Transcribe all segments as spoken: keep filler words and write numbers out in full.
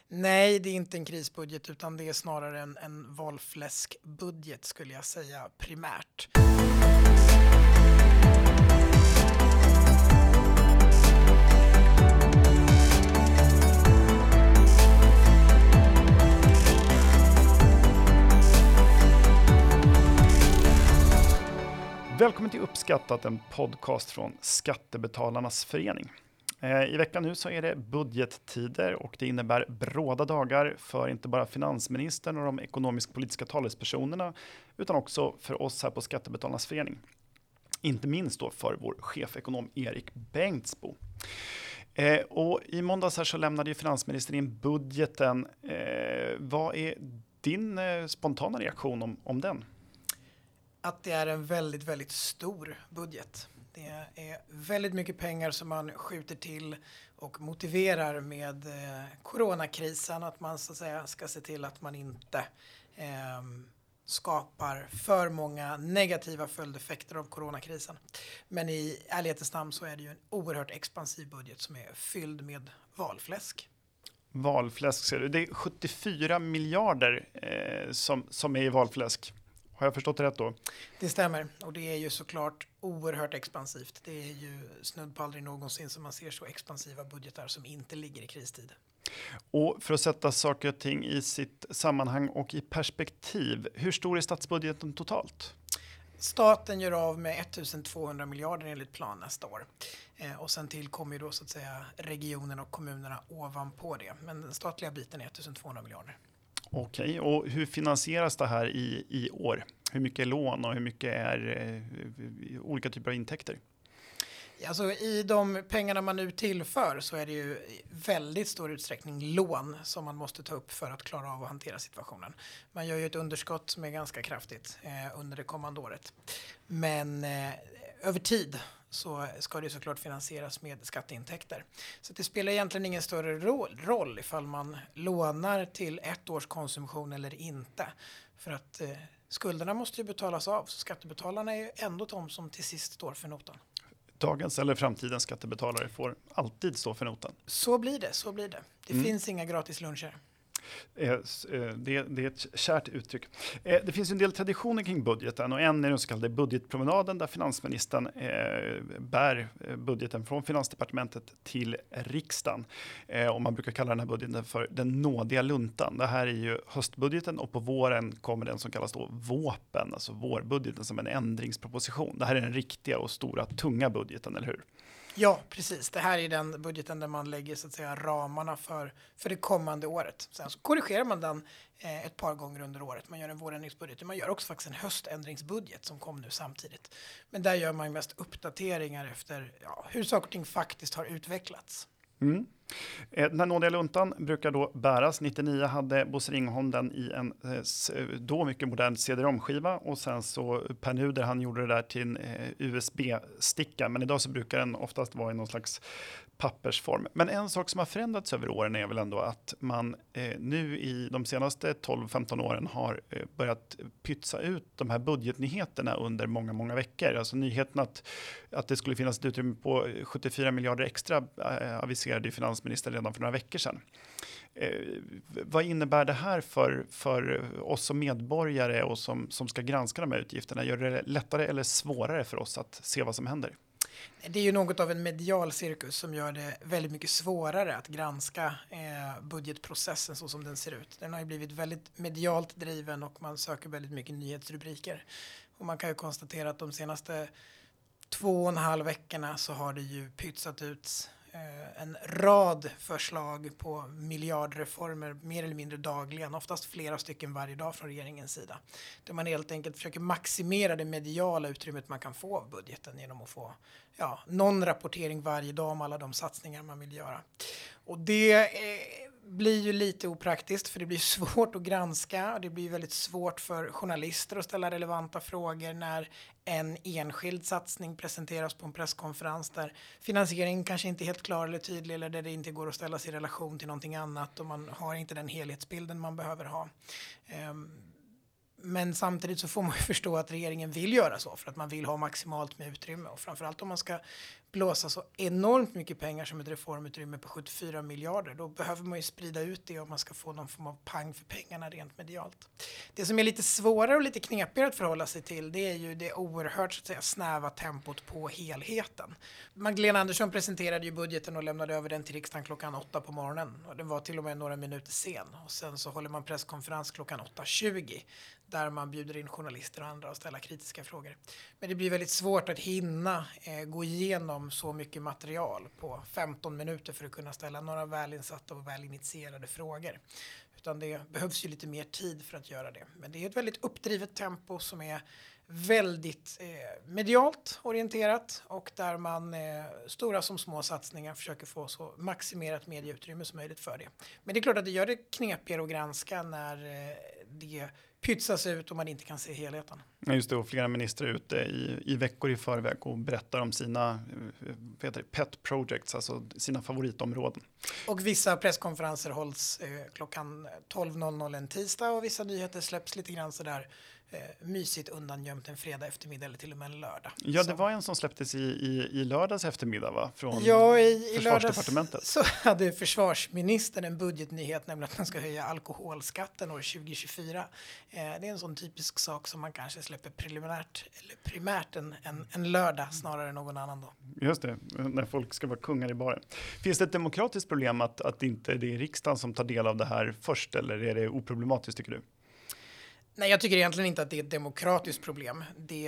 Nej, det är inte en krisbudget utan det är snarare en, en valfläskbudget skulle jag säga primärt. Välkommen till Uppskattat, en podcast från Skattebetalarnas förening. I veckan nu så är det budgettider och det innebär bråda dagar för inte bara finansministern och de ekonomisk-politiska talespersonerna utan också för oss här på Skattebetalarnas förening. Inte minst då för vår chefekonom Erik Bengtsbo. Eh, och i måndags här så lämnade ju finansministern in budgeten. Eh, vad är din eh, spontana reaktion om, om den? Att det är en väldigt, väldigt stor budget. Det är väldigt mycket pengar som man skjuter till och motiverar med eh, coronakrisen. Att man så att säga ska se till att man inte eh, skapar för många negativa följdeffekter av coronakrisen. Men i ärlighetens namn så är det ju en oerhört expansiv budget som är fylld med valfläsk. Valfläsk ser du. Det är sjuttiofyra miljarder eh, som, som är i valfläsk. Har jag förstått det rätt då? Det stämmer och det är ju såklart oerhört expansivt. Det är ju snudd på aldrig någonsin som man ser så expansiva budgetar som inte ligger i kristid. Och för att sätta saker och ting i sitt sammanhang och i perspektiv, hur stor är statsbudgeten totalt? Staten gör av med ettusentvåhundra miljarder enligt plan nästa år. Eh, och sen tillkommer ju då så att säga regionen och kommunerna ovanpå det. Men den statliga biten är ettusentvåhundra miljarder. Okej, och hur finansieras det här i, i år? Hur mycket är lån och hur mycket är eh, olika typer av intäkter? Alltså, i de pengarna man nu tillför så är det ju i väldigt stor utsträckning lån som man måste ta upp för att klara av att hantera situationen. Man gör ju ett underskott som är ganska kraftigt eh, under det kommande året. Men eh, över tid så ska det såklart finansieras med skatteintäkter. Så det spelar egentligen ingen större roll, roll ifall man lånar till ett års konsumtion eller inte. För att eh, skulderna måste ju betalas av, så skattebetalarna är ju ändå de som till sist står för notan. Dagens eller framtidens skattebetalare får alltid stå för notan. Så blir det, så blir det. Det mm. finns inga gratis luncher. Det, det är ett kärt uttryck. Det finns en del traditioner kring budgeten och en är den så kallade budgetpromenaden där finansministern bär budgeten från Finansdepartementet till riksdagen. Och man brukar kalla den här budgeten för den nådiga luntan. Det här är ju höstbudgeten och på våren kommer den som kallas då våpen, alltså vårbudgeten som en ändringsproposition. Det här är den riktiga och stora tunga budgeten, eller hur? Ja, precis. Det här är den budgeten där man lägger så att säga ramarna för, för det kommande året. Sen så korrigerar man den eh, ett par gånger under året. Man gör en vårändringsbudget. Man gör också faktiskt en höständringsbudget som kom nu samtidigt. Men där gör man mest uppdateringar efter ja, hur saker och ting faktiskt har utvecklats. Mm. Den här nådiga luntan brukar då bäras. nittionio hade Bosse Ringholm den i en då mycket modern C D ROM-skiva och sen så Per Nuder han gjorde det där till en U S B-sticka, men idag så brukar den oftast vara i någon slags pappersform. Men en sak som har förändrats över åren är väl ändå att man eh, nu i de senaste tolv femton åren har eh, börjat pytsa ut de här budgetnyheterna under många, många veckor. Alltså nyheten att, att det skulle finnas ett utrymme på sjuttiofyra miljarder extra eh, aviserade ju finansministern redan för några veckor sedan. Eh, vad innebär det här för, för oss som medborgare och som, som ska granska de här utgifterna? Gör det lättare eller svårare för oss att se vad som händer? Det är ju något av en medial cirkus som gör det väldigt mycket svårare att granska eh, budgetprocessen så som den ser ut. Den har ju blivit väldigt medialt driven och man söker väldigt mycket nyhetsrubriker. Och man kan ju konstatera att de senaste två och en halv veckorna så har det ju pytsat ut eh, en rad förslag på miljardreformer mer eller mindre dagligen, oftast flera stycken varje dag från regeringens sida. Där man helt enkelt försöker maximera det mediala utrymmet man kan få av budgeten genom att få ja, någon rapportering varje dag om alla de satsningar man vill göra. Och det eh, blir ju lite opraktiskt för det blir svårt att granska och det blir väldigt svårt för journalister att ställa relevanta frågor när en enskild satsning presenteras på en presskonferens där finansieringen kanske inte är helt klar eller tydlig eller där det inte går att ställa sig i relation till någonting annat och man har inte den helhetsbilden man behöver ha. Um, Men samtidigt så får man ju förstå att regeringen vill göra så för att man vill ha maximalt med utrymme och framförallt om man ska blåsa så enormt mycket pengar som ett reformutrymme på sjuttiofyra miljarder. Då behöver man ju sprida ut det om man ska få någon form av pang för pengarna rent medialt. Det som är lite svårare och lite knepigare att förhålla sig till, det är ju det oerhört så att säga snäva tempot på helheten. Magdalena Andersson presenterade ju budgeten och lämnade över den till riksdagen klockan åtta på morgonen. Och den var till och med några minuter sen. Och sen så håller man presskonferens klockan åtta tjugo där man bjuder in journalister och andra och ställa kritiska frågor. Men det blir väldigt svårt att hinna eh, gå igenom så mycket material på femton minuter för att kunna ställa några välinsatta och välinitierade frågor. Utan det behövs ju lite mer tid för att göra det. Men det är ett väldigt uppdrivet tempo som är väldigt eh, medialt orienterat och där man eh, stora som små satsningar försöker få så maximerat medieutrymme som möjligt för det. Men det är klart att det gör det knepigare att granska när eh, det pytsas ut och man inte kan se helheten. Ja, just det, och flera ministrar ute i, i veckor i förväg och berättar om sina vad heter det, pet projects, alltså sina favoritområden. Och vissa presskonferenser hålls eh, klockan tolv en tisdag och vissa nyheter släpps lite grann sådär eh, mysigt undangömt en fredag eftermiddag eller till och med en lördag. Ja, så. Det var en som släpptes i, i, i lördags eftermiddag, va? Från ja, i, Försvarsdepartementet. I så hade försvarsministern en budgetnyhet, nämligen att man ska höja alkoholskatten år tjugo tjugofyra. Eh, det är en sån typisk sak som man kanske släpper preliminärt eller primärt en, en, en lördag snarare än någon annan då. Just det, när folk ska vara kungar i baren. Finns det ett demokratiskt problem att, att inte det är riksdagen som tar del av det här först, eller är det oproblematiskt tycker du? Nej, jag tycker egentligen inte att det är ett demokratiskt problem. Det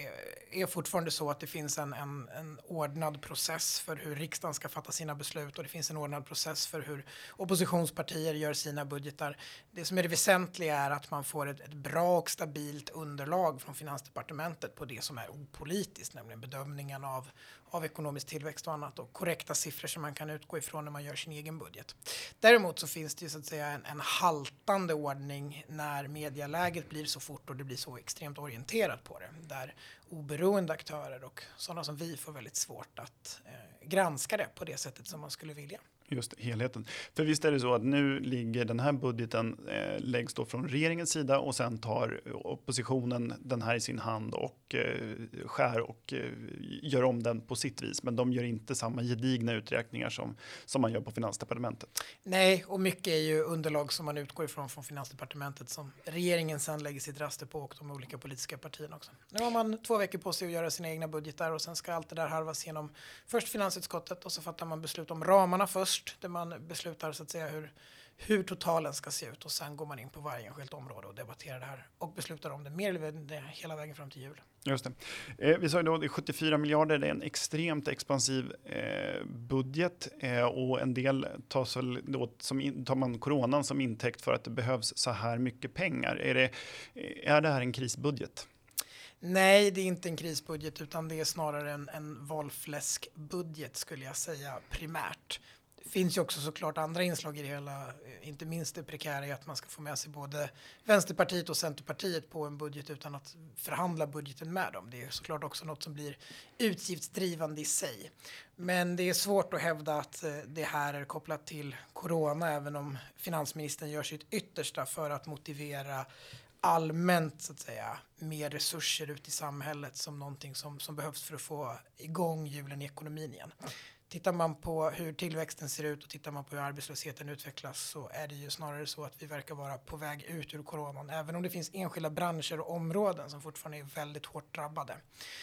är fortfarande så att det finns en, en, en ordnad process för hur riksdagen ska fatta sina beslut och det finns en ordnad process för hur oppositionspartier gör sina budgetar. Det som är det väsentliga är att man får ett, ett bra och stabilt underlag från Finansdepartementet på det som är opolitiskt, nämligen bedömningen av, av ekonomisk tillväxt och annat och korrekta siffror som man kan utgå ifrån när man gör sin egen budget. Däremot så finns det ju så att säga en, en haltande ordning när medialäget blir så fort och det blir så extremt orienterat på det. Där oberoende aktörer och sådana som vi får väldigt svårt att eh, granska det på det sättet som man skulle vilja. Just helheten. För visst är det så att nu ligger den här budgeten eh, läggs då från regeringens sida och sen tar oppositionen den här i sin hand och eh, skär och eh, gör om den på sitt vis. Men de gör inte samma gedigna uträkningar som, som man gör på Finansdepartementet. Nej, och mycket är ju underlag som man utgår ifrån från Finansdepartementet som regeringen sen lägger sitt raster på och de olika politiska partierna också. Nu har man två veckor på sig att göra sina egna budgetar och sen ska allt det där harvas genom först finansutskottet och så fattar man beslut om ramarna först. Där man beslutar så att säga hur, hur totalen ska se ut och sen går man in på varje enskilt område och debatterar det här och beslutar om det mer eller mindre hela vägen fram till jul. Just det. Eh, vi sa ju då det är sjuttiofyra miljarder, det är en extremt expansiv eh, budget eh, och en del tas väl då, som in, tar man coronan som intäkt för att det behövs så här mycket pengar. Är det, är det här en krisbudget? Nej, det är inte en krisbudget utan det är snarare en, en valfläskbudget skulle jag säga primärt. Det finns ju också såklart andra inslag i det hela, inte minst det prekära i att man ska få med sig både Vänsterpartiet och Centerpartiet på en budget utan att förhandla budgeten med dem. Det är såklart också något som blir utgiftsdrivande i sig. Men det är svårt att hävda att det här är kopplat till corona även om finansministern gör sitt yttersta för att motivera allmänt så att säga mer resurser ut i samhället som någonting som, som behövs för att få igång hjulen i ekonomin igen. Tittar man på hur tillväxten ser ut och tittar man på hur arbetslösheten utvecklas så är det ju snarare så att vi verkar vara på väg ut ur coronan. Även om det finns enskilda branscher och områden som fortfarande är väldigt hårt drabbade.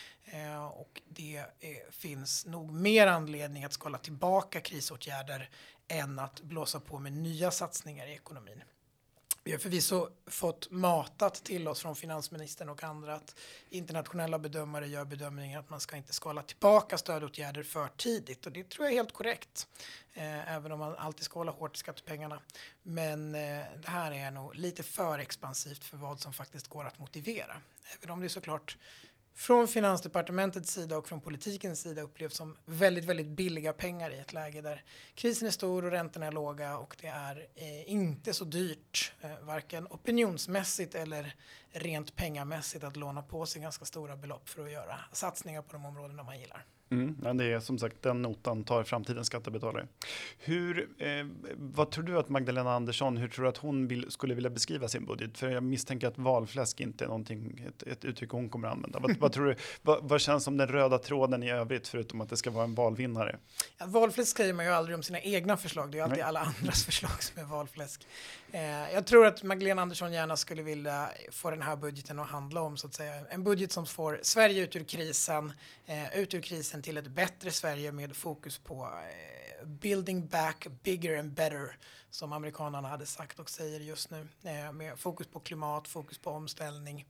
Eh, och det eh, finns nog mer anledning att skala tillbaka krisåtgärder än att blåsa på med nya satsningar i ekonomin. Vi har förvisso fått matat till oss från finansministern och andra att internationella bedömare gör bedömningen att man ska inte skala tillbaka stödåtgärder för tidigt. Och det tror jag är helt korrekt, eh, även om man alltid ska hålla hårt i skattepengarna. Men eh, det här är nog lite för expansivt för vad som faktiskt går att motivera. Även om det är såklart från Finansdepartementets sida och från politikens sida upplevs som väldigt, väldigt billiga pengar i ett läge där krisen är stor och räntorna är låga och det är eh, inte så dyrt, eh, varken opinionsmässigt eller rent pengamässigt att låna på sig ganska stora belopp för att göra satsningar på de områden man gillar. Mm, ja, det är som sagt den notan tar framtidens skattebetalare. Hur, eh, vad tror du att Magdalena Andersson, hur tror du att hon vill, skulle vilja beskriva sin budget? För jag misstänker att valfläsk inte är någonting, ett, ett uttryck hon kommer att använda. Vad, vad tror du, vad, vad känns som den röda tråden i övrigt förutom att det ska vara en valvinnare? Ja, valfläsk säger man ju aldrig om sina egna förslag, det är ju alltid Nej. alla andras förslag som är valfläsk. Eh, jag tror att Magdalena Andersson gärna skulle vilja få den här budgeten att handla om så att säga en budget som får Sverige ut ur krisen, eh, ut ur krisen till ett bättre Sverige med fokus på eh, building back bigger and better som amerikanerna hade sagt och säger just nu. Eh, med fokus på klimat, fokus på omställning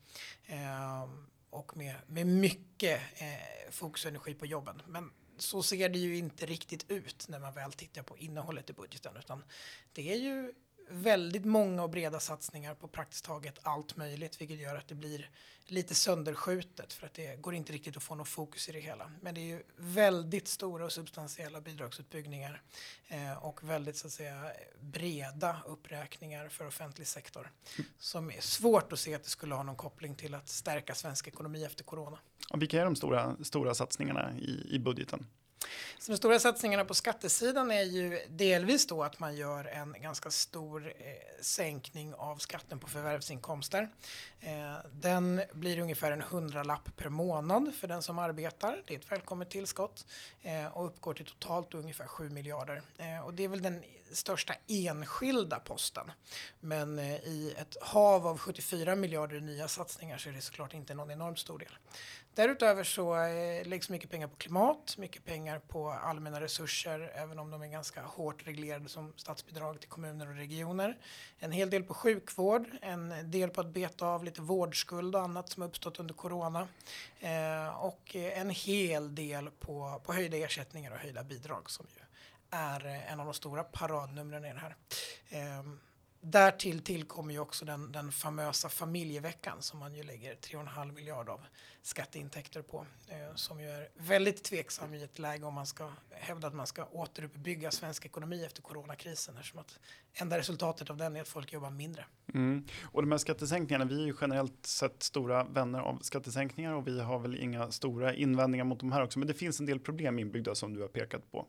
eh, och med, med mycket eh, fokus och energi på jobben. Men så ser det ju inte riktigt ut när man väl tittar på innehållet i budgeten, utan det är ju väldigt många och breda satsningar på praktiskt taget allt möjligt, vilket gör att det blir lite sönderskjutet för att det går inte riktigt att få någon fokus i det hela. Men det är ju väldigt stora och substantiella bidragsutbyggningar eh, och väldigt så att säga breda uppräkningar för offentlig sektor som är svårt att se att det skulle ha någon koppling till att stärka svensk ekonomi efter corona. Och vilka är de stora, stora satsningarna i, i budgeten? Så de stora satsningarna på skattesidan är ju delvis då att man gör en ganska stor eh, sänkning av skatten på förvärvsinkomster. Eh, den blir ungefär en hundralapp per månad för den som arbetar. Det är ett välkommet tillskott eh, och uppgår till totalt ungefär sju miljarder. Eh, och det är väl den största enskilda posten. Men eh, i ett hav av sjuttiofyra miljarder nya satsningar så är det såklart inte någon enormt stor del. Därutöver så eh, läggs mycket pengar på klimat, mycket pengar på allmänna resurser, även om de är ganska hårt reglerade som statsbidrag till kommuner och regioner. En hel del på sjukvård, en del på att beta av lite vårdskuld och annat som har uppstått under corona. Eh, och en hel del på, på höjda ersättningar och höjda bidrag som ju är en av de stora paradnumren i den här. Eh, Därtill tillkommer ju också den, den famösa familjeveckan som man ju lägger tre komma fem miljard av skatteintäkter på. Eh, som ju är väldigt tveksam i ett läge om man ska hävda att man ska återuppbygga svensk ekonomi efter coronakrisen. Eftersom att enda resultatet av den är att folk jobbar mindre. Mm. Och de här skattesänkningarna, vi är ju generellt sett stora vänner av skattesänkningar och vi har väl inga stora invändningar mot de här också. Men det finns en del problem inbyggda som du har pekat på.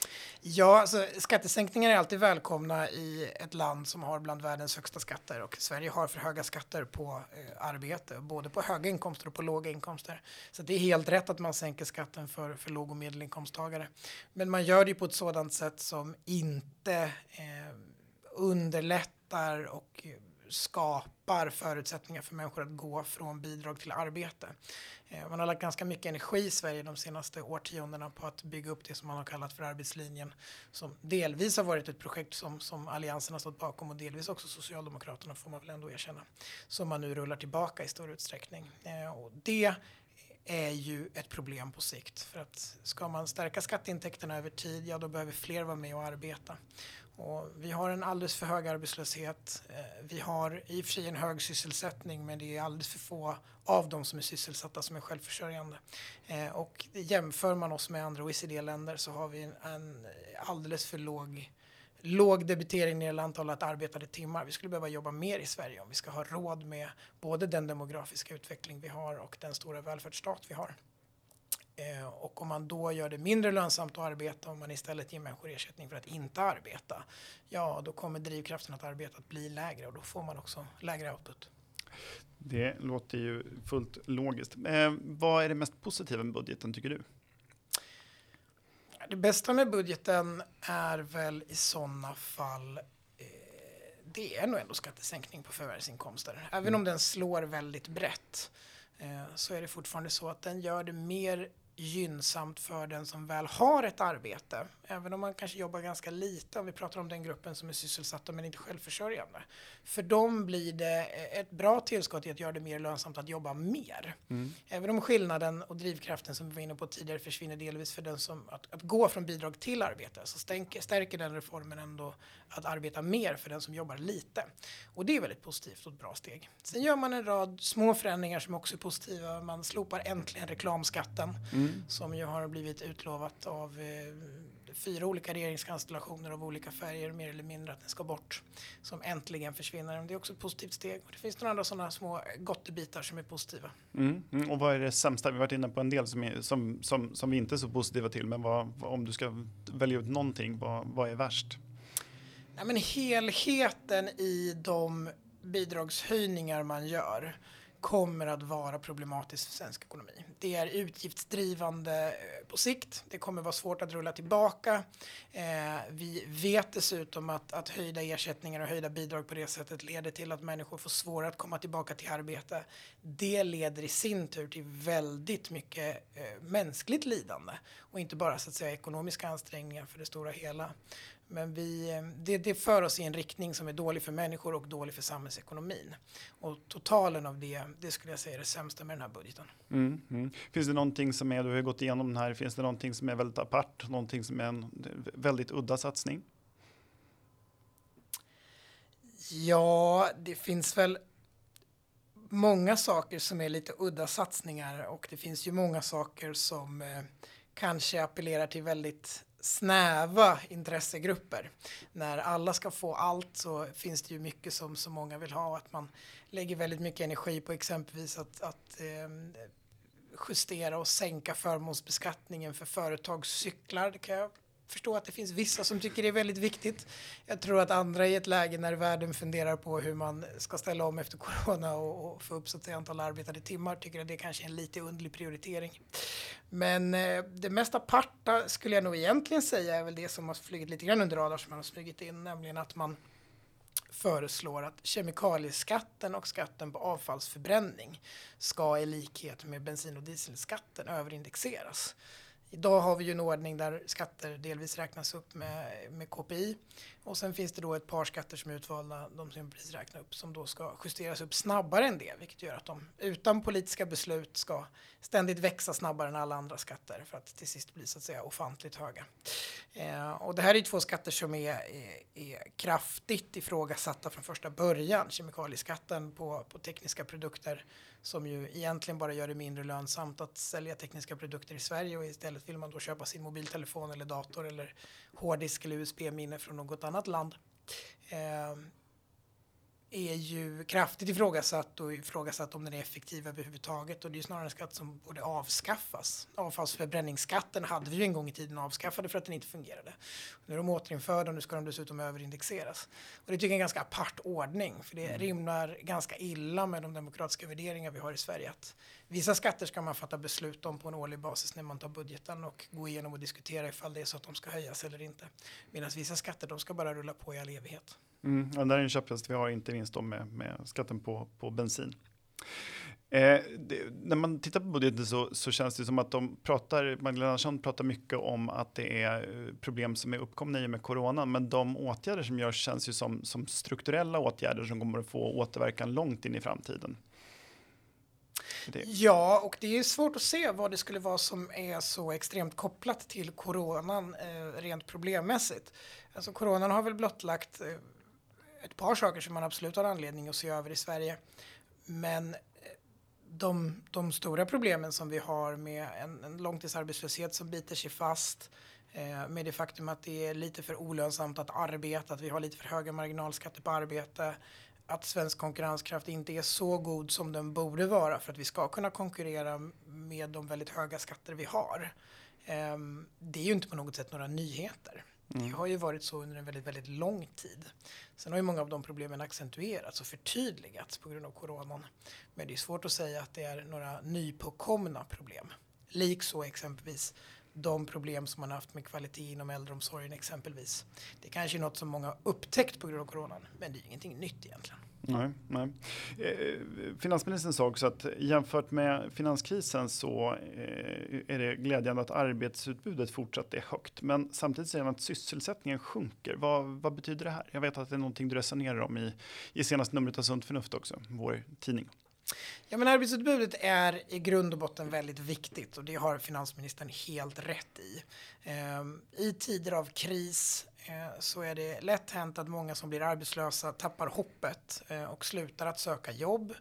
Ja, alltså, skattesänkningar är alltid välkomna i ett land som har bland världens högsta skatter och Sverige har för höga skatter på eh, arbete, både på höga inkomster och på låga inkomster. Så det är helt rätt att man sänker skatten för, för låg- och medelinkomsttagare. Men man gör det på ett sådant sätt som inte eh, underlättar och skapar förutsättningar för människor att gå från bidrag till arbete. Man har lagt ganska mycket energi i Sverige de senaste årtiondena på att bygga upp det som man har kallat för arbetslinjen, som delvis har varit ett projekt som, som Alliansen har stått bakom och delvis också Socialdemokraterna, får man väl ändå erkänna, som man nu rullar tillbaka i stor utsträckning. Och det är ju ett problem på sikt, för att ska man stärka skatteintäkterna över tid, ja då behöver fler vara med och arbeta. Och vi har en alldeles för hög arbetslöshet. Vi har i och för sig en hög sysselsättning, men det är alldeles för få av dem som är sysselsatta som är självförsörjande. Och jämför man oss med andra O E C D-länder så har vi en, en alldeles för låg, låg debitering när det gäller antalet arbetade timmar. Vi skulle behöva jobba mer i Sverige om vi ska ha råd med både den demografiska utveckling vi har och den stora välfärdsstat vi har. Eh, och om man då gör det mindre lönsamt att arbeta, om man istället ger människor ersättning för att inte arbeta, ja då kommer drivkraften att arbeta att bli lägre och då får man också lägre output. Det låter ju fullt logiskt. Eh, vad är det mest positiva med budgeten tycker du? Det bästa med budgeten är väl i sådana fall eh, det är nog ändå skattesänkning på förvärvsinkomster. Även mm. om den slår väldigt brett eh, så är det fortfarande så att den gör det mer gynnsamt för den som väl har ett arbete. Även om man kanske jobbar ganska lite, om vi pratar om den gruppen som är sysselsatta men inte självförsörjande. För dem blir det ett bra tillskott i att göra det mer lönsamt att jobba mer. Mm. Även om skillnaden och drivkraften som vi var inne på tidigare försvinner delvis för den som att, att gå från bidrag till arbete, så stänker, stärker den reformen ändå att arbeta mer för den som jobbar lite. Och det är väldigt positivt och ett bra steg. Sen gör man en rad små förändringar som också är positiva. Man slopar äntligen reklamskatten mm. som ju har blivit utlovat av eh, fyra olika regeringskonstellationer av olika färger, mer eller mindre, att den ska bort, som äntligen försvinner. Det är också ett positivt steg. Och det finns några andra sådana små gottebitar som är positiva. Mm, mm, och vad är det sämsta? Vi har varit inne på en del som, är, som, som, som vi inte är så positiva till, men vad, om du ska välja ut någonting, vad, vad är värst? Ja, men helheten i de bidragshöjningar man gör kommer att vara problematiskt för svensk ekonomi. Det är utgiftsdrivande på sikt. Det kommer vara svårt att rulla tillbaka. Eh, vi vet dessutom att, att höjda ersättningar och höjda bidrag på det sättet leder till att människor får svårare att komma tillbaka till arbete. Det leder i sin tur till väldigt mycket eh, mänskligt lidande och inte bara så att säga ekonomiska ansträngningar för det stora hela. Men vi, det, det för oss i en riktning som är dålig för människor och dålig för samhällsekonomin. Och totalen av det, det skulle jag säga är det sämsta med den här budgeten. Mm, mm. Finns det någonting som är, du har gått igenom den här, finns det någonting som är väldigt apart, någonting som är en väldigt udda satsning? Ja, det finns väl många saker som är lite udda satsningar, och det finns ju många saker som eh, kanske appellerar till väldigt snäva intressegrupper. När alla ska få allt så finns det ju mycket som så många vill ha. Att man lägger väldigt mycket energi på exempelvis att, att eh, justera och sänka förmånsbeskattningen för företagscyklar. Det kan jag förstå att det finns vissa som tycker det är väldigt viktigt. Jag tror att andra i ett läge när världen funderar på hur man ska ställa om efter corona och, och få upp så att säga antal arbetade timmar tycker att det kanske är en lite underlig prioritering. Men eh, det mest aparta skulle jag nog egentligen säga är väl det som har flugit lite grann under radar som man har smugit in, nämligen att man föreslår att kemikalieskatten och skatten på avfallsförbränning ska i likhet med bensin- och dieselskatten överindexeras. Idag har vi ju en ordning där skatter delvis räknas upp med, med K P I, och sen finns det då ett par skatter som är utvalda, de som precis räknar upp, som då ska justeras upp snabbare än det, vilket gör att de utan politiska beslut ska ständigt växa snabbare än alla andra skatter för att till sist bli så att säga ofantligt höga. Eh, och det här är två skatter som är, är, är kraftigt ifrågasatta från första början. Kemikalieskatten på, på tekniska produkter som ju egentligen bara gör det mindre lönsamt att sälja tekniska produkter i Sverige, och istället vill man då köpa sin mobiltelefon eller dator eller hårddisk eller U S B-minne från något annat land. Eh, är ju kraftigt ifrågasatt och ifrågasatt om den är effektiv överhuvudtaget, och det är ju snarare en skatt som borde avskaffas. Avfallsförbränningsskatten hade vi ju en gång i tiden avskaffade för att den inte fungerade. Nu är de återinförda och nu ska de dessutom överindexeras. Och det tycker jag är en ganska apart ordning, för det rimmar ganska illa med de demokratiska värderingar vi har i Sverige. Att vissa skatter ska man fatta beslut om på en årlig basis när man tar budgeten och gå igenom och diskutera ifall det är så att de ska höjas eller inte. Medan vissa skatter, de ska bara rulla på i all evighet. Mm, ja, det är en köpfest vi har, inte minst då med, med skatten på, på bensin. Eh, det, när man tittar på budgeten så, så känns det som att de pratar, Magdalena Andersson pratar mycket om att det är problem som är uppkomna i och med corona, men de åtgärder som görs känns ju som, som strukturella åtgärder som kommer att få återverkan långt in i framtiden. Det. Ja, och det är svårt att se vad det skulle vara som är så extremt kopplat till coronan eh, rent problemmässigt. Alltså coronan har väl blottlagt eh, ett par saker som man absolut har anledning att se över i Sverige. Men de, de stora problemen som vi har med en, en långtidsarbetslöshet som biter sig fast, eh, med det faktum att det är lite för olönsamt att arbeta, att vi har lite för höga marginalskatter på arbete, att svensk konkurrenskraft inte är så god som den borde vara för att vi ska kunna konkurrera med de väldigt höga skatter vi har. Eh, det är ju inte på något sätt några nyheter. Det har ju varit så under en väldigt, väldigt lång tid. Sen har ju många av de problemen accentuerats och förtydligats på grund av coronan. Men det är svårt att säga att det är några nypåkomna problem. Likså exempelvis de problem som man har haft med kvalitet inom äldreomsorgen exempelvis. Det kanske är något som många har upptäckt på grund av coronan, men det är ingenting nytt egentligen. Nej, nej. Eh, finansministern sa också att jämfört med finanskrisen så eh, är det glädjande att arbetsutbudet fortsatt är högt. Men samtidigt säger man att sysselsättningen sjunker. Vad, vad betyder det här? Jag vet att det är någonting du resonerar om i, i senaste numret av Sunt Förnuft också, vår tidning. Ja, men arbetsutbudet är i grund och botten väldigt viktigt, och det har finansministern helt rätt i. Ehm, I tider av kris eh, så är det lätt hänt att många som blir arbetslösa tappar hoppet eh, och slutar att söka jobb.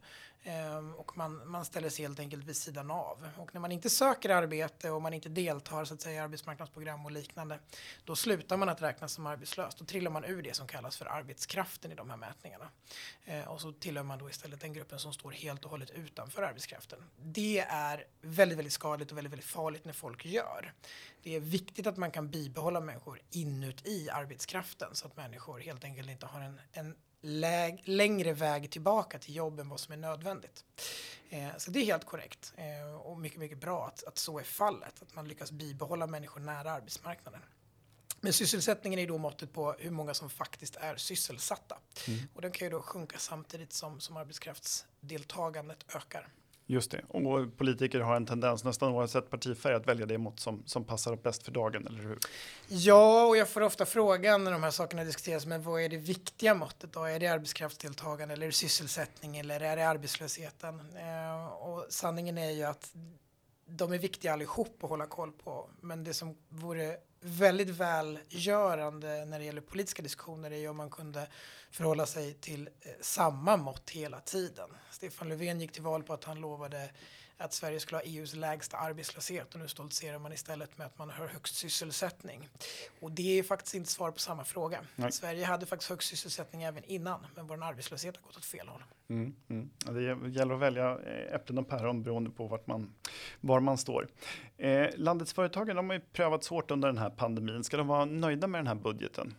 Eh, och man, man ställer sig helt enkelt vid sidan av. Och när man inte söker arbete och man inte deltar så att säga, i arbetsmarknadsprogram och liknande, då slutar man att räknas som arbetslös. Då trillar man ur det som kallas för arbetskraften i de här mätningarna. Eh, och så tillhör man då istället den gruppen som står helt och hållet utanför arbetskraften. Det är väldigt, väldigt skadligt och väldigt, väldigt farligt när folk gör. Det är viktigt att man kan bibehålla människor inuti arbetskraften så att människor helt enkelt inte har en, en läg, längre väg tillbaka till jobb än vad som är nödvändigt. Eh, så det är helt korrekt eh, och mycket, mycket bra att, att så är fallet, att man lyckas bibehålla människor nära arbetsmarknaden. Men sysselsättningen är då måttet på hur många som faktiskt är sysselsatta. Mm. Och den kan ju då sjunka samtidigt som, som arbetskraftsdeltagandet ökar. Just det, och politiker har en tendens nästan oavsett partifärg att välja det mått som, som passar bäst för dagen, eller hur? Ja, och jag får ofta frågan när de här sakerna diskuteras, men vad är det viktiga måttet då? Är det arbetskraftsdeltagande eller är det sysselsättning eller är det arbetslösheten? Eh, och sanningen är ju att de är viktiga allihop att hålla koll på, men det som vore väldigt välgörande när det gäller politiska diskussioner är ju om man kunde förhålla sig till eh, samma mått hela tiden. Stefan Löfven gick till val på att han lovade att Sverige skulle ha E U:s lägsta arbetslöshet och nu stoltserar man istället med att man har högst sysselsättning. Och det är faktiskt inte svar på samma fråga. Nej. Sverige hade faktiskt högst sysselsättning även innan, men vår arbetslöshet har gått åt fel håll. Mm, mm. Ja, det gäller att välja äpplen och päron beroende på vart man, var man står. Eh, landets företagare de har ju prövat svårt under den här pandemin. Ska de vara nöjda med den här budgeten?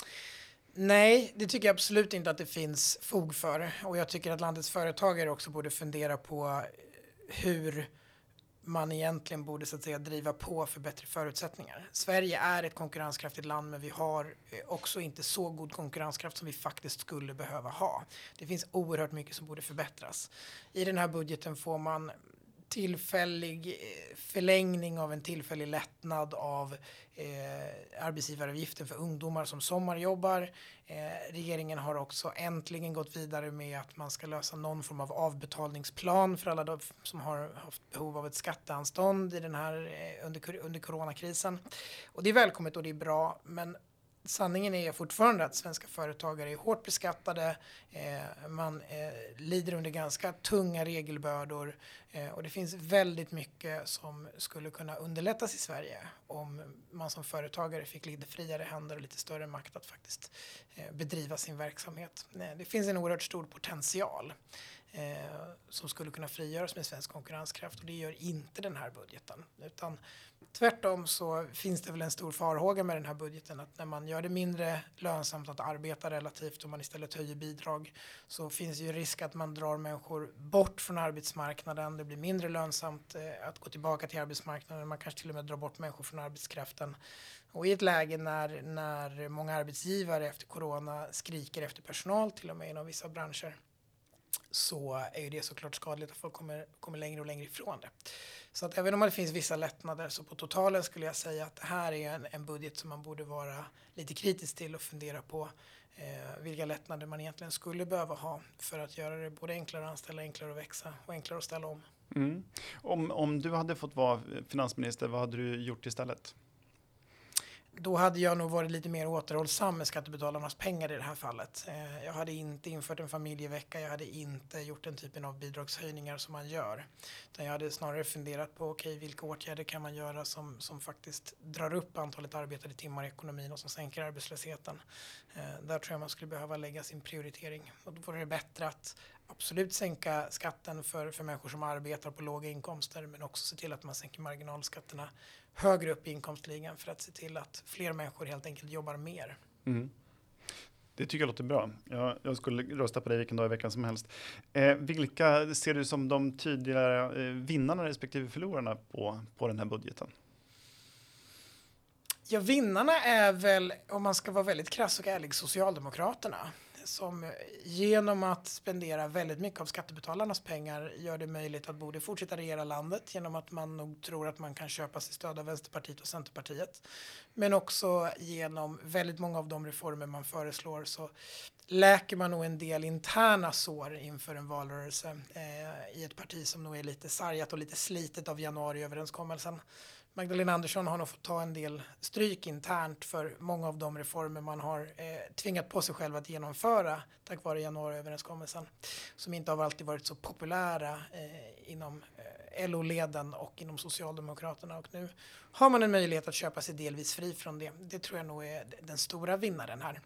Nej, det tycker jag absolut inte att det finns fog för. Och jag tycker att landets företagare också borde fundera på hur man egentligen borde så att säga driva på för bättre förutsättningar. Sverige är ett konkurrenskraftigt land, men vi har också inte så god konkurrenskraft som vi faktiskt skulle behöva ha. Det finns oerhört mycket som borde förbättras. I den här budgeten får man tillfällig förlängning av en tillfällig lättnad av eh, arbetsgivaravgiften för ungdomar som sommarjobbar. Eh, regeringen har också äntligen gått vidare med att man ska lösa någon form av avbetalningsplan för alla de som har haft behov av ett skatteanstånd i den här, eh, under, under coronakrisen. Och det är välkommet och det är bra, men sanningen är fortfarande att svenska företagare är hårt beskattade, eh, man eh, lider under ganska tunga regelbördor eh, och det finns väldigt mycket som skulle kunna underlättas i Sverige om man som företagare fick lite friare händer och lite större makt att faktiskt eh, bedriva sin verksamhet. Eh, det finns en oerhört stor potential eh, som skulle kunna frigöras med svensk konkurrenskraft och det gör inte den här budgeten, utan tvärtom så finns det väl en stor farhåga med den här budgeten att när man gör det mindre lönsamt att arbeta relativt och man istället höjer bidrag så finns ju risk att man drar människor bort från arbetsmarknaden. Det blir mindre lönsamt eh, att gå tillbaka till arbetsmarknaden. Man kanske till och med drar bort människor från arbetskraften. Och i ett läge när, när många arbetsgivare efter corona skriker efter personal till och med inom vissa branscher så är ju det såklart skadligt att folk kommer, kommer längre och längre ifrån det. Så att även om det finns vissa lättnader så på totalen skulle jag säga att det här är en, en budget som man borde vara lite kritisk till och fundera på eh, vilka lättnader man egentligen skulle behöva ha för att göra det både enklare att anställa, enklare att växa och enklare att ställa om. Mm. Om, om du hade fått vara finansminister, vad hade du gjort istället? Då hade jag nog varit lite mer återhållsam med skattebetalarnas pengar i det här fallet. Eh, jag hade inte infört en familjevecka, jag hade inte gjort den typen av bidragshöjningar som man gör. Utan jag hade snarare funderat på okay, vilka åtgärder kan man göra som, som faktiskt drar upp antalet arbetade timmar i ekonomin och som sänker arbetslösheten. Eh, där tror jag man skulle behöva lägga sin prioritering. Och då vore det bättre att absolut sänka skatten för, för människor som arbetar på låga inkomster men också se till att man sänker marginalskatterna högre upp i inkomstligan för att se till att fler människor helt enkelt jobbar mer. Mm. Det tycker jag låter bra. Jag, jag skulle rösta på dig vilken dag i veckan som helst. Eh, vilka ser du som de tydligare eh, vinnarna respektive förlorarna på, på den här budgeten? Ja, vinnarna är väl, om man ska vara väldigt krass och ärlig, Socialdemokraterna. Som genom att spendera väldigt mycket av skattebetalarnas pengar gör det möjligt att både fortsätta regera landet genom att man nog tror att man kan köpa sig stöd av Vänsterpartiet och Centerpartiet. Men också genom väldigt många av de reformer man föreslår så läker man nog en del interna sår inför en valrörelse eh, i ett parti som nog är lite sargat och lite slitet av januariöverenskommelsen. Magdalena Andersson har nog fått ta en del stryk internt för många av de reformer man har eh, tvingat på sig själv att genomföra tack vare januariöverenskommelsen, som inte har alltid varit så populära eh, inom eh, L O-leden och inom Socialdemokraterna. Och nu har man en möjlighet att köpa sig delvis fri från det. Det tror jag nog är den stora vinnaren här.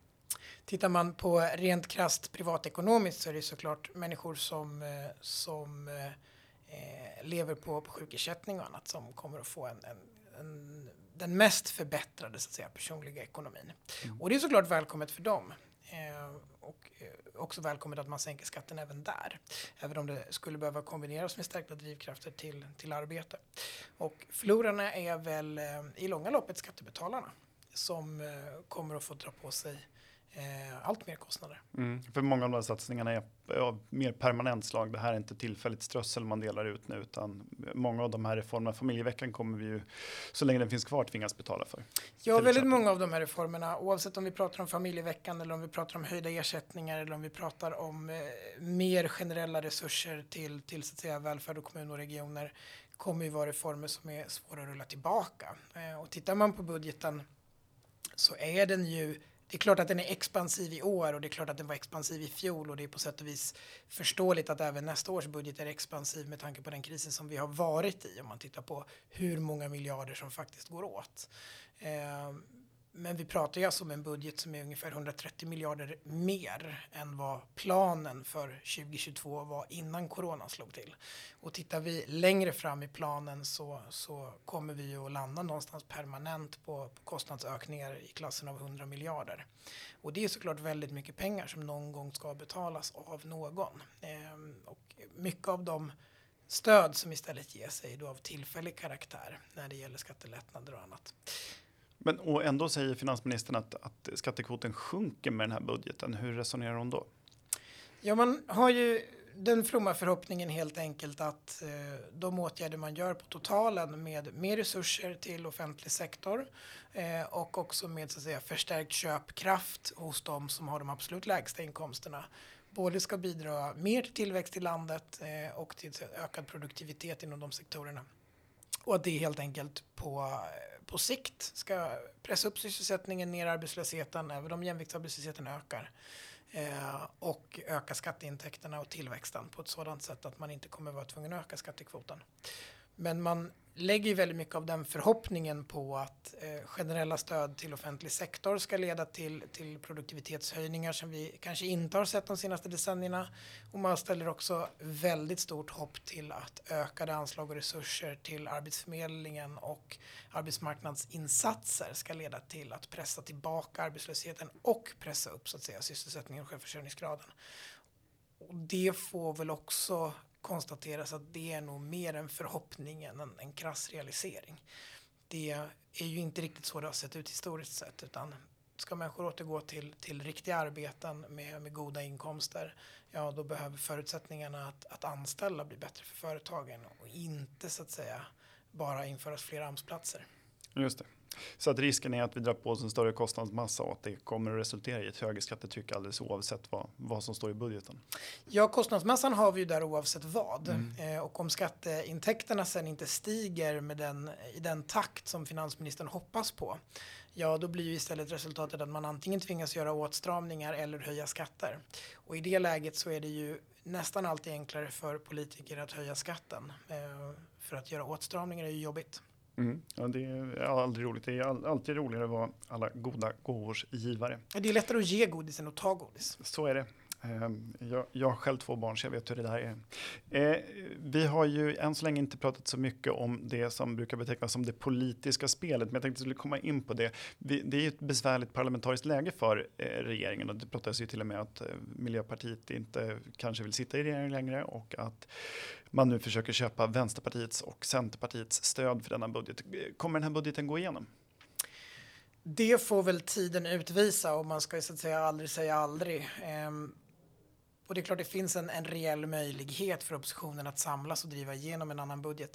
Tittar man på rent krasst privatekonomiskt så är det såklart människor som, eh, som eh, Eh, lever på, på sjukersättning och annat som kommer att få en, en, en, den mest förbättrade så att säga, personliga ekonomin. Mm. Och det är såklart välkommet för dem. Eh, och eh, också välkommet att man sänker skatten även där. Även om det skulle behöva kombineras med stärkta drivkrafter till, till arbete. Och förlorarna är väl eh, i långa loppet skattebetalarna som eh, kommer att få dra på sig Eh, allt mer kostnader. Mm, för många av de här satsningarna är av mer permanent slag. Det här är inte tillfälligt strössel man delar ut nu, utan många av de här reformerna, familjeveckan kommer vi ju så länge den finns kvar tvingas betala för. Ja, väldigt exempel. Många av de här reformerna, oavsett om vi pratar om familjeveckan eller om vi pratar om höjda ersättningar eller om vi pratar om eh, mer generella resurser till, till så att säga, välfärd och kommun och regioner, kommer ju vara reformer som är svåra att rulla tillbaka. Eh, och tittar man på budgeten så är den ju Det är klart att den är expansiv i år och det är klart att den var expansiv i fjol och det är på sätt och vis förståeligt att även nästa års budget är expansiv med tanke på den krisen som vi har varit i om man tittar på hur många miljarder som faktiskt går åt. Eh, men vi pratar ju alltså om en budget som är ungefär hundratrettio miljarder mer än vad planen för tjugohundratjugotvå var innan coronan slog till. Och tittar vi längre fram i planen så, så kommer vi ju att landa någonstans permanent på, på kostnadsökningar i klassen av hundra miljarder. Och det är såklart väldigt mycket pengar som någon gång ska betalas av någon. Ehm, och mycket av de stöd som istället ger sig då av tillfällig karaktär när det gäller skattelättnader och annat. Men och ändå säger finansministern att, att skattekvoten sjunker med den här budgeten. Hur resonerar hon då? Ja, man har ju den fromma förhoppningen helt enkelt att eh, de åtgärder man gör på totalen med mer resurser till offentlig sektor eh, och också med så att säga, förstärkt köpkraft hos de som har de absolut lägsta inkomsterna både ska bidra mer till tillväxt i landet eh, och till ökad produktivitet inom de sektorerna. Och att det helt enkelt på, på sikt ska pressa upp sysselsättningen, ner arbetslösheten, även om jämviktsarbetslösheten ökar. Eh, och öka skatteintäkterna och tillväxten på ett sådant sätt att man inte kommer vara tvungen att öka skattekvoten. Men man lägger ju väldigt mycket av den förhoppningen på att eh, generella stöd till offentlig sektor ska leda till, till produktivitetshöjningar som vi kanske inte har sett de senaste decennierna. Och man ställer också väldigt stort hopp till att ökade anslag och resurser till Arbetsförmedlingen och arbetsmarknadsinsatser ska leda till att pressa tillbaka arbetslösheten och pressa upp så att säga, sysselsättningen och självförsörjningsgraden. Och det får väl också konstateras att det är nog mer en förhoppning än en, en krass realisering. Det är ju inte riktigt så det har sett ut historiskt sett, utan ska människor återgå till, till riktiga arbeten med, med goda inkomster, ja då behöver förutsättningarna att, att anställa bli bättre för företagen och inte så att säga bara införas fler AMS-platser. Just det. Så att risken är att vi drar på oss en större kostnadsmassa och att det kommer att resultera i ett högre skattetryck alldeles oavsett vad, vad som står i budgeten. Ja, kostnadsmassan har vi ju där oavsett vad. Mm. Eh, och om skatteintäkterna sen inte stiger med den, i den takt som finansministern hoppas på, ja då blir ju istället resultatet att man antingen tvingas göra åtstramningar eller höja skatter. Och i det läget så är det ju nästan alltid enklare för politiker att höja skatten. Eh, för att göra åtstramningar är ju jobbigt. Mm. Ja, det är aldrig roligt. Det är alltid roligare att vara alla goda gåvors givare. Det är lättare att ge godis än att ta godis. Så är det. Jag, jag har själv två barn så jag vet hur det där är. Eh, vi har ju än så länge inte pratat så mycket om det som brukar betecknas som det politiska spelet. Men jag tänkte att jag skulle komma in på det. Vi, det är ju ett besvärligt parlamentariskt läge för eh, regeringen. Och det pratas ju till och med att eh, Miljöpartiet inte kanske vill sitta i regeringen längre. Och att man nu försöker köpa Vänsterpartiets och Centerpartiets stöd för denna budget. Kommer den här budgeten gå igenom? Det får väl tiden utvisa och man ska ju så att säga aldrig säga aldrig. Ehm, och det är klart det finns en, en reell möjlighet för oppositionen att samlas och driva igenom en annan budget.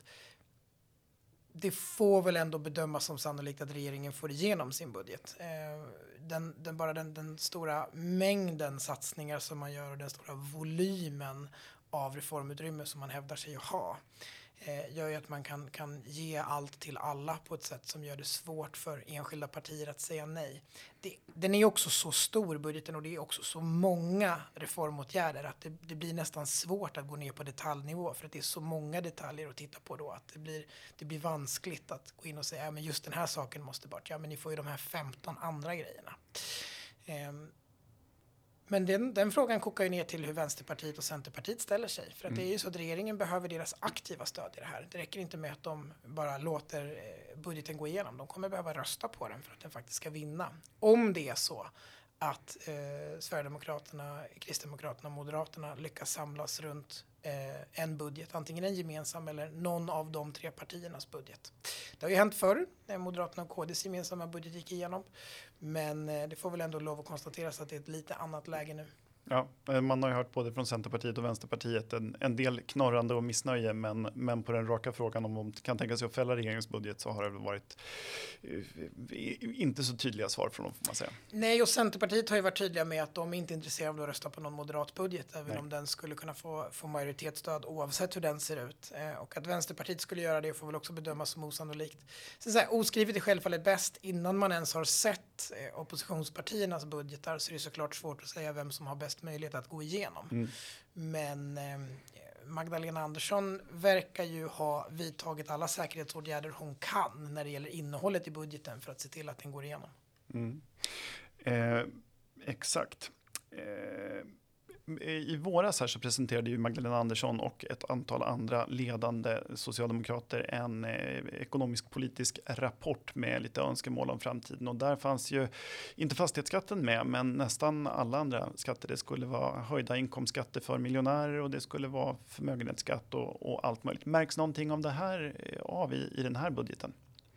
Det får väl ändå bedömas som sannolikt att regeringen får igenom sin budget. Ehm, den, den, bara den, den stora mängden satsningar som man gör och den stora volymen av reformutrymme som man hävdar sig att ha eh, gör ju att man kan, kan ge allt till alla på ett sätt som gör det svårt för enskilda partier att säga nej. Det, den är också så stor, budgeten, och det är också så många reformåtgärder att det, det blir nästan svårt att gå ner på detaljnivå, för att det är så många detaljer att titta på då att det blir, det blir vanskligt att gå in och säga ja, men just den här saken måste bort. Ja, men ni får ju de här femton andra grejerna. Um, Men den, den frågan kokar ju ner till hur Vänsterpartiet och Centerpartiet ställer sig. För att mm. det är ju så att regeringen behöver deras aktiva stöd i det här. Det räcker inte med att de bara låter budgeten gå igenom. De kommer behöva rösta på den för att den faktiskt ska vinna. Om det är så att eh, Sverigedemokraterna, Kristdemokraterna och Moderaterna lyckas samlas runt eh, en budget. Antingen en gemensam eller någon av de tre partiernas budget. Det har ju hänt förr när Moderaterna och K D:s gemensamma budget gick igenom. Men eh, det får väl ändå lov att konstateras att det är ett lite annat läge nu. Ja, man har ju hört både från Centerpartiet och Vänsterpartiet en, en del knorrande och missnöje, men, men på den raka frågan om de kan tänka sig att fälla regeringens budget så har det väl varit eh, inte så tydliga svar från dem, får man säga. Nej, och Centerpartiet har ju varit tydliga med att de inte är intresserade av att rösta på någon moderat budget, även Nej. om den skulle kunna få, få majoritetsstöd oavsett hur den ser ut. Eh, och att Vänsterpartiet skulle göra det får väl också bedömas som osannolikt. Så, så här, oskrivet är självfallet bäst. Innan man ens har sett eh, oppositionspartiernas budgetar så är det såklart svårt att säga vem som har bäst möjlighet att gå igenom. Mm. Men eh, Magdalena Andersson verkar ju ha vidtagit alla säkerhetsåtgärder hon kan när det gäller innehållet i budgeten för att se till att den går igenom. Mm. Eh, exakt. Eh, I våras här så presenterade ju Magdalena Andersson och ett antal andra ledande socialdemokrater en eh, ekonomisk-politisk rapport med lite önskemål om framtiden. Och där fanns ju inte fastighetsskatten med, men nästan alla andra skatter. Det skulle vara höjda inkomstskatter för miljonärer och det skulle vara förmögenhetsskatt och, och allt möjligt. Märks någonting om det här av i, i den här budgeten?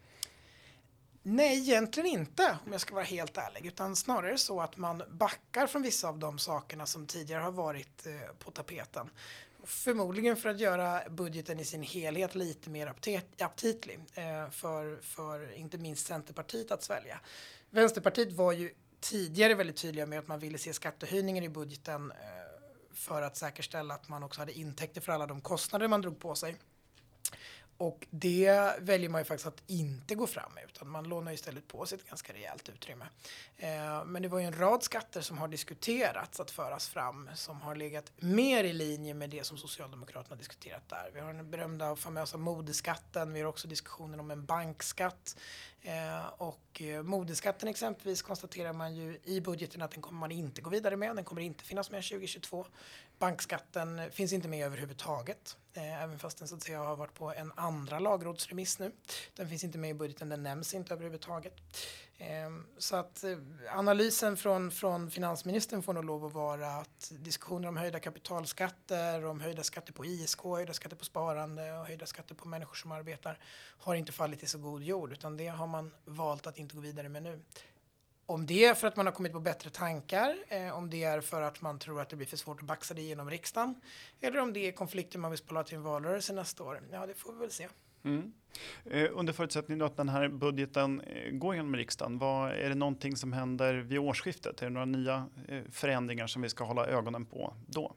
Nej, egentligen inte, om jag ska vara helt ärlig, utan snarare så att man backar från vissa av de sakerna som tidigare har varit eh, på tapeten. Förmodligen för att göra budgeten i sin helhet lite mer aptitlig eh, för, för inte minst Centerpartiet att svälja. Vänsterpartiet var ju tidigare väldigt tydliga med att man ville se skattehöjningar i budgeten eh, för att säkerställa att man också hade intäkter för alla de kostnader man drog på sig. Och det väljer man ju faktiskt att inte gå fram med, utan man lånar istället på sig ett ganska rejält utrymme. Eh, men det var ju en rad skatter som har diskuterats att föras fram som har legat mer i linje med det som Socialdemokraterna diskuterat där. Vi har den berömda och famösa modeskatten, vi har också diskussionen om en bankskatt. Eh, och eh, modeskatten exempelvis konstaterar man ju i budgeten att den kommer man inte gå vidare med, den kommer inte finnas med tjugo tjugotvå. Bankskatten finns inte med överhuvudtaget, eh, även fast den så att säga har varit på en andra lagrådsremiss nu. Den finns inte med i budgeten, den nämns inte överhuvudtaget. Eh, så att eh, analysen från, från finansministern får nog lov att vara att diskussioner om höjda kapitalskatter, om höjda skatter på I S K, höjda skatter på sparande och höjda skatter på människor som arbetar har inte fallit i så god jord, utan det har man valt att inte gå vidare med nu. Om det är för att man har kommit på bättre tankar, eh, om det är för att man tror att det blir för svårt att baxa det genom riksdagen, eller om det är konflikter man vill spela till en valrörelse nästa år, ja det får vi väl se. Mm. Eh, under förutsättning då att den här budgeten eh, går genom riksdagen, vad, är det någonting som händer vid årsskiftet? Är det några nya eh, förändringar som vi ska hålla ögonen på då?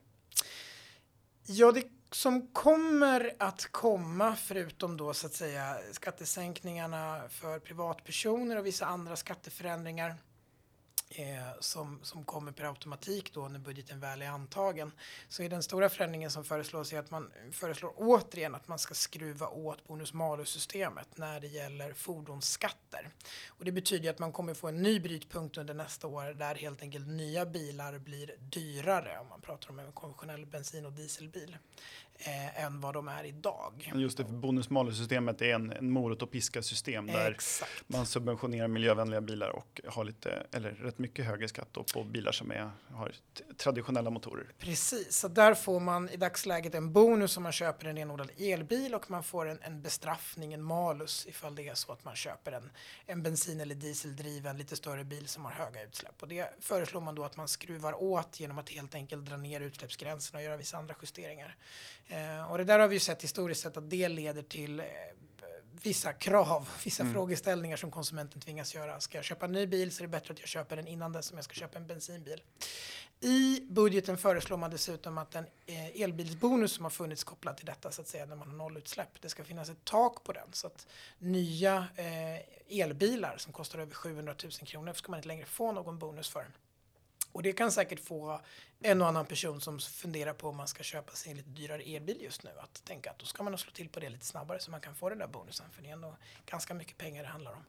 Ja, det som kommer att komma, förutom då så att säga skattesänkningarna för privatpersoner och vissa andra skatteförändringar eh, som, som kommer per automatik då när budgeten väl är antagen, så är den stora förändringen som föreslås är att man föreslår återigen att man ska skruva åt bonus-malus-systemet när det gäller fordonsskatter. Och det betyder att man kommer få en ny brytpunkt under nästa år där helt enkelt nya bilar blir dyrare, om man pratar om en konventionell bensin- och dieselbil, eh, än vad de är idag. Just det, bonus-malus-systemet är en, en morot- och piska-system där Exakt. man subventionerar miljövänliga bilar och har lite, eller rätt mycket högre skatt på bilar som är, har t- traditionella motorer. Precis, så där får man i dagsläget en bonus om man köper en renodlad elbil och man får en, en bestraffning, en malus ifall det är så att man köper en, en bensin- eller dieseldriven lite större bil som har höga utsläpp. Och det föreslår man då att man skruvar åt genom att helt enkelt dra ner utsläppsgränserna och göra vissa andra justeringar. Eh, och det där har vi ju sett historiskt sett att det leder till eh, vissa krav, vissa Mm. frågeställningar som konsumenten tvingas göra. Ska jag köpa en ny bil så är det bättre att jag köper den innan dess om jag ska köpa en bensinbil. I budgeten föreslår man dessutom att en eh, elbilsbonus som har funnits kopplad till detta så att säga när man har nollutsläpp, det ska finnas ett tak på den så att nya eh, elbilar som kostar över sjuhundratusen kronor ska man inte längre få någon bonus för. Och det kan säkert få en och annan person som funderar på om man ska köpa sig en lite dyrare elbil just nu att tänka att då ska man nog slå till på det lite snabbare så man kan få den där bonusen för det är ändå ganska mycket pengar det handlar om.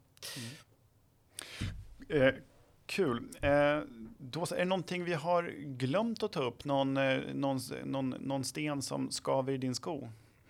Mm. Eh, kul. Eh, då är det någonting vi har glömt att ta upp? Någon, eh, någon, någon, någon sten som skaver i din sko?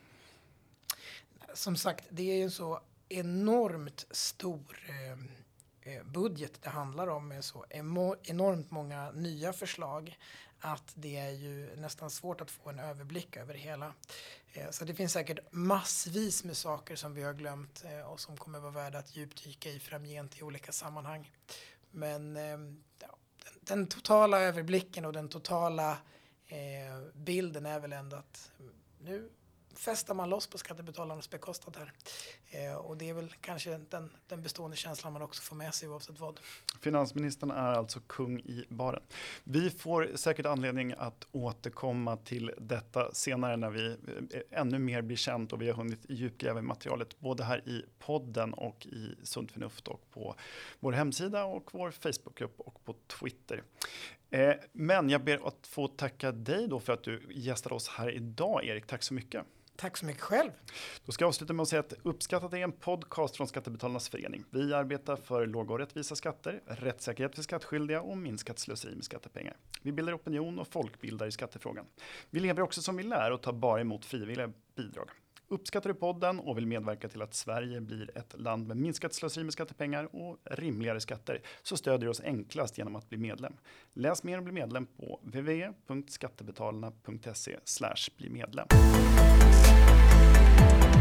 Som sagt, det är ju en så enormt stor eh, budget det handlar om med så emo- enormt många nya förslag att det är ju nästan svårt att få en överblick över det hela. Eh, så det finns säkert massvis med saker som vi har glömt eh, och som kommer vara värda att djupdyka i framgent i olika sammanhang. Men eh, ja, den, den totala överblicken och den totala eh, bilden är väl ändå att nu festar man loss på skattebetalarnas bekostnad här. Eh, och det är väl kanske den, den bestående känslan man också får med sig oavsett vad. Finansministern är alltså kung i baren. Vi får säkert anledning att återkomma till detta senare när vi ännu mer blir känt och vi har hunnit djupgräva i materialet både här i podden och i Sunt Förnuft och på vår hemsida och vår Facebookgrupp och på Twitter. Eh, men jag ber att få tacka dig då för att du gästade oss här idag, Erik. Tack så mycket. Tack så mycket själv. Då ska jag avsluta med att säga att Uppskattat är en podcast från Skattebetalarnas förening. Vi arbetar för låga och rättvisa skatter, rättssäkerhet för skattskyldiga och minskat slöseri med skattepengar. Vi bildar opinion och folkbildar i skattefrågan. Vi lever också som vi lär och tar bara emot frivilliga bidrag. Uppskattar du podden och vill medverka till att Sverige blir ett land med minskat slöseri med skattepengar och rimligare skatter så stödjer du oss enklast genom att bli medlem. Läs mer och bli medlem på w w w punkt skattebetalarna punkt se slash bli medlem.